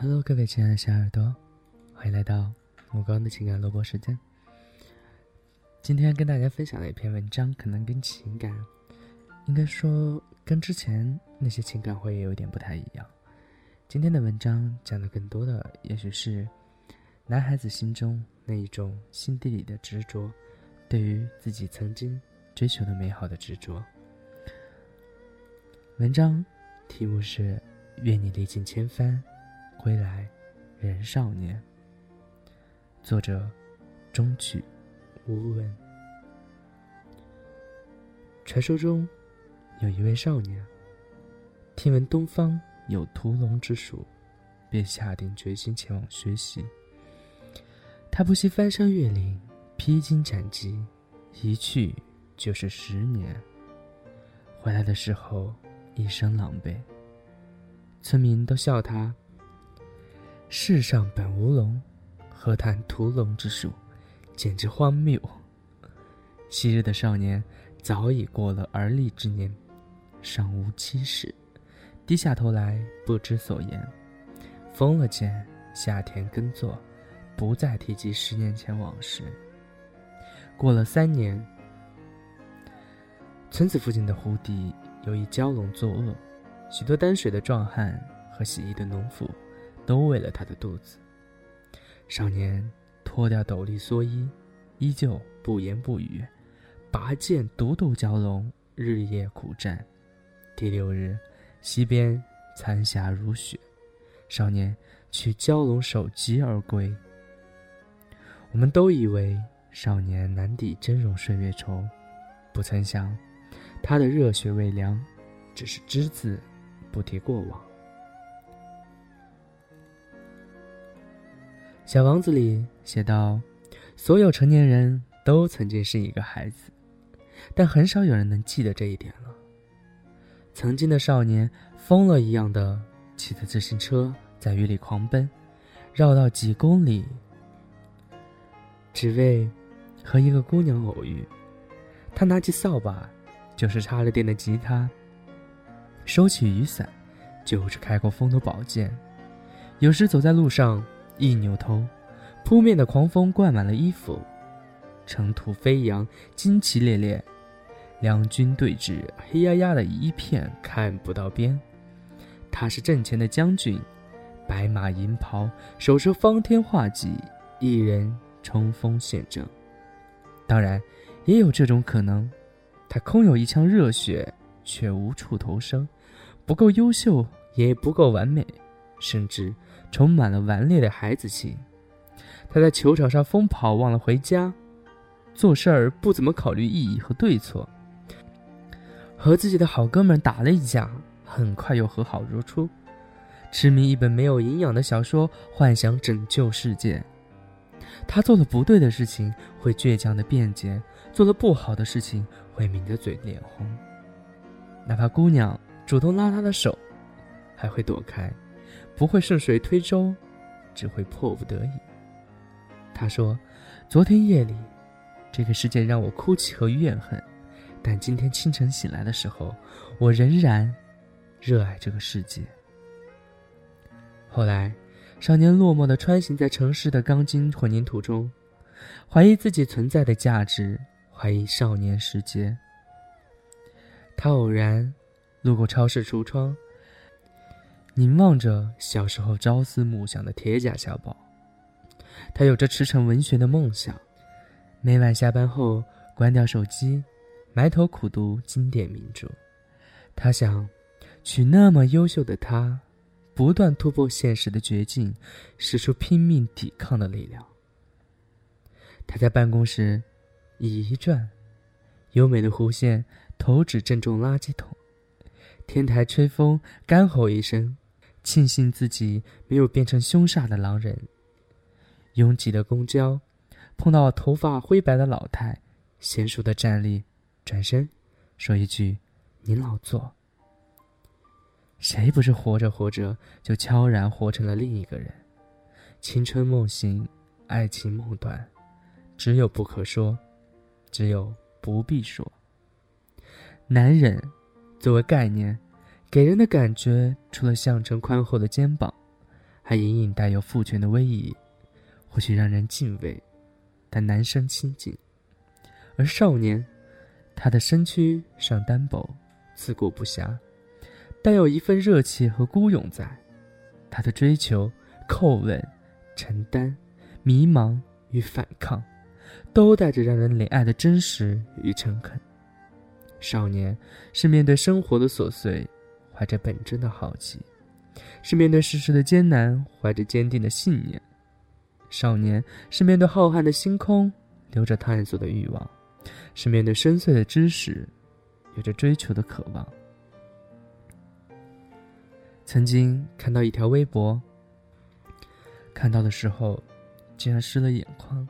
Hello， 各位亲爱的小耳朵，欢迎来到目光的情感萝卜时间。今天跟大家分享的一篇文章，可能跟情感，应该说跟之前那些情感会有点不太一样。今天的文章讲的更多的，也许是男孩子心中那一种心底里的执着，对于自己曾经追求的美好的执着。文章题目是愿你历尽千帆，归来仍少年。作者中曲无闻。传说中有一位少年，听闻东方有屠龙之术，便下定决心前往学习。他不惜翻山越岭，披荆斩棘，一去就是10年。回来的时候一身狼狈，村民都笑他世上本无龙，何谈屠龙之术，简直荒谬。昔日的少年早已过了而立之年，尚无妻室，低下头来不知所言，封了剑，下田耕作，不再提及10年前往事。过了3年，村子附近的湖底有一蛟龙作恶，许多担水的壮汉和洗衣的农妇都为了他的肚子。少年脱掉斗笠蓑衣，依旧不言不语，拔剑独斗蛟龙，日夜苦战。第6日，溪边残霞如雪，少年取蛟龙首级而归。我们都以为少年难抵峥嵘岁月稠，不曾想他的热血未凉，只是只字不提过往。小王子里写道，所有成年人都曾经是一个孩子，但很少有人能记得这一点了。曾经的少年疯了一样的骑着自行车在雨里狂奔，绕道几公里，只为和一个姑娘偶遇。他拿起扫把就是插了电的吉他，收起雨伞就是开过风的宝剑。有时走在路上一扭头，扑面的狂风灌满了衣服，尘土飞扬，旌旗猎猎，两军对峙，黑压压的一片，看不到边。他是阵前的将军，白马银袍，手持方天画戟，一人冲锋陷阵。当然也有这种可能，他空有一腔热血，却无处投生，不够优秀，也不够完美，甚至充满了顽劣的孩子气。他在球场上疯跑，忘了回家，做事儿不怎么考虑意义和对错，和自己的好哥们打了一架，很快又和好如初，痴迷一本没有营养的小说，幻想拯救世界。他做了不对的事情会倔强的辩解，做了不好的事情会抿着嘴脸红，哪怕姑娘主动拉他的手还会躲开，不会顺水推舟，只会迫不得已。他说，昨天夜里这个世界让我哭泣和怨恨，但今天清晨醒来的时候，我仍然热爱这个世界。后来少年落寞地穿行在城市的钢筋混凝土中，怀疑自己存在的价值，怀疑少年时节。他偶然路过超市橱窗，凝望着小时候朝思暮想的铁甲小宝。他有着驰骋文学的梦想，每晚下班后关掉手机，埋头苦读经典名著。他想取那么优秀的他，不断突破现实的绝境，使出拼命抵抗的力量。他在办公室椅一转，优美的弧线头指正中垃圾桶，天台吹风干吼一声，庆幸自己没有变成凶煞的狼人。拥挤的公交碰到头发灰白的老太，娴熟的站立，转身说一句您老坐。谁不是活着活着就悄然活成了另一个人？青春梦醒，爱情梦断，只有不可说，只有不必说。男人作为概念，给人的感觉除了象征宽厚的肩膀， 还隐隐带有父权的威仪，或许让人敬畏，但难生亲近。而少年，他的身躯上单薄，自顾不暇，带有一份热气和孤勇在。他的追求、叩问、承担、迷茫与反抗，都带着让人怜爱的真实与诚恳。少年是面对生活的琐碎，怀着本真的好奇，是面对世事的艰难，怀着坚定的信念。少年是面对浩瀚的星空，留着探索的欲望，是面对深邃的知识，有着追求的渴望。曾经看到一条微博，看到的时候竟然湿了眼眶。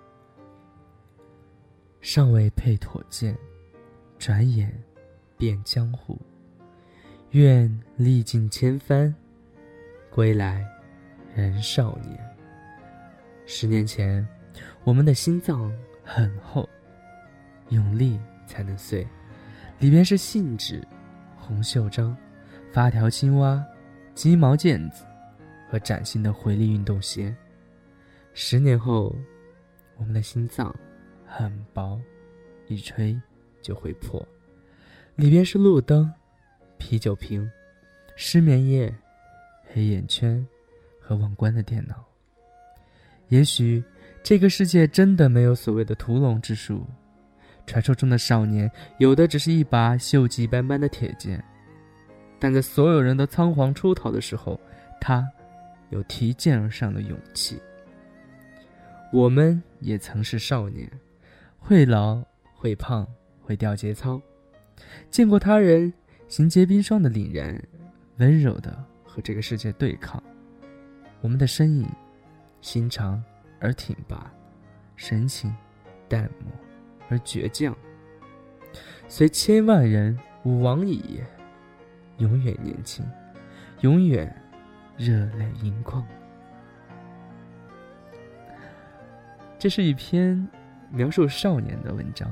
尚未配妥剑，转眼变江湖。愿历尽千帆，归来仍少年。10年前，我们的心脏很厚，用力才能碎，里边是信纸、红袖章、发条青蛙、鸡毛毽子和崭新的回力运动鞋。10年后，我们的心脏很薄，一吹就会破，里边是路灯、啤酒瓶、失眠夜、黑眼圈和忘关的电脑。也许这个世界真的没有所谓的屠龙之术，传说中的少年有的只是一把锈迹斑斑的铁剑，但在所有人都仓皇出逃的时候，他有提剑而上的勇气。我们也曾是少年，会老会胖会掉节操，见过他人行结冰霜的凛然，温柔地和这个世界对抗。我们的身影心长而挺拔，神情淡漠而倔强，虽千万人吾往矣，永远年轻，永远热泪盈眶。这是一篇描述少年的文章。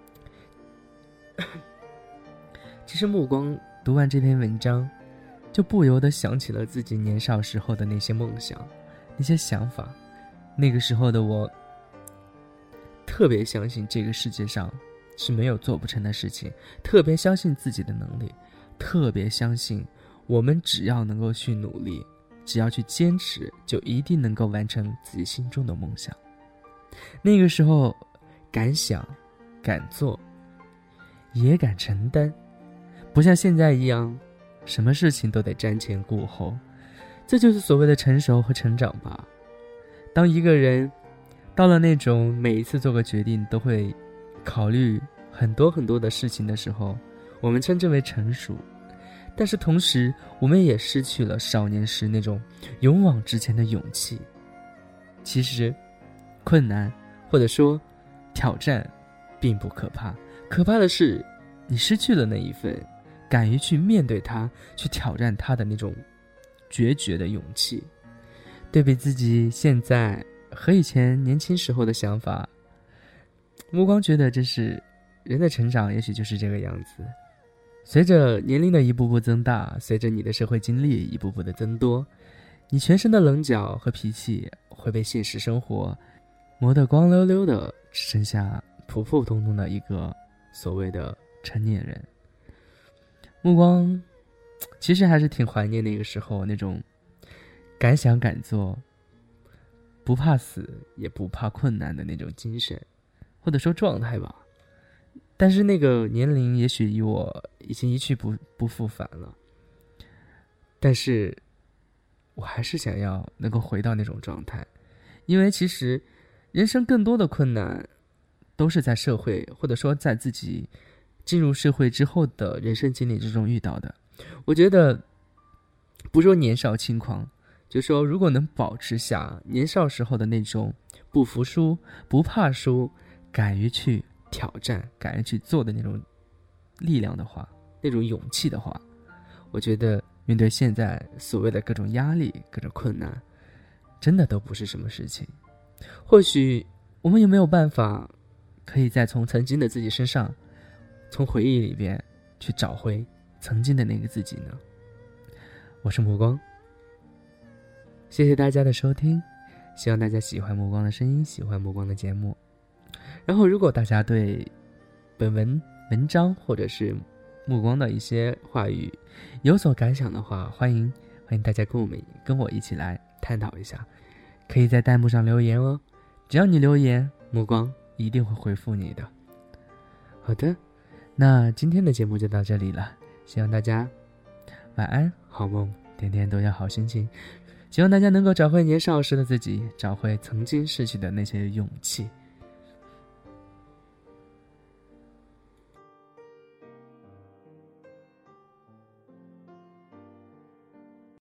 其实目光读完这篇文章，就不由得想起了自己年少时候的那些梦想，那些想法。那个时候的我特别相信这个世界上是没有做不成的事情，特别相信自己的能力，特别相信我们只要能够去努力，只要去坚持，就一定能够完成自己心中的梦想。那个时候敢想敢做，也敢承担，不像现在一样什么事情都得瞻前顾后。这就是所谓的成熟和成长吧。当一个人到了那种每一次做个决定都会考虑很多很多的事情的时候，我们称之为成熟。但是同时我们也失去了少年时那种勇往直前的勇气。其实困难或者说挑战并不可怕，可怕的是你失去了那一份敢于去面对它，去挑战它的那种决绝的勇气。对比自己现在和以前年轻时候的想法，目光觉得这是人的成长，也许就是这个样子。随着年龄的一步步增大，随着你的社会经历一步步的增多，你全身的棱角和脾气会被现实生活磨得光溜溜的，只剩下普普通通的一个所谓的成年人。目光其实还是挺怀念那个时候那种敢想敢做，不怕死也不怕困难的那种精神，或者说状态吧。但是那个年龄也许与我已经一去不复返了，但是我还是想要能够回到那种状态。因为其实人生更多的困难都是在社会，或者说在自己进入社会之后的人生经历之中遇到的。我觉得不说年少轻狂，就说如果能保持下年少时候的那种不服输、不怕输、敢于去挑战、敢于去做的那种力量的话，那种勇气的话，我觉得面对现在所谓的各种压力、各种困难，真的都不是什么事情。或许我们有没有办法可以再从曾经的自己身上，从回忆里边去找回曾经的那个自己呢？我是目光， 谢谢大家的收听，希望大家喜欢目光的声音，喜欢目光的节目。然后如果大家对本文章或者是目光的一些话语有所感想的话，欢迎大家跟我一起来探讨一下，可以在弹幕上留言哦，只要你留言，目光一定会回复你的。好的，那今天的节目就到这里了，希望大家晚安好梦，天天都有好心情，希望大家能够找回年少时的自己，找回曾经逝去的那些勇气。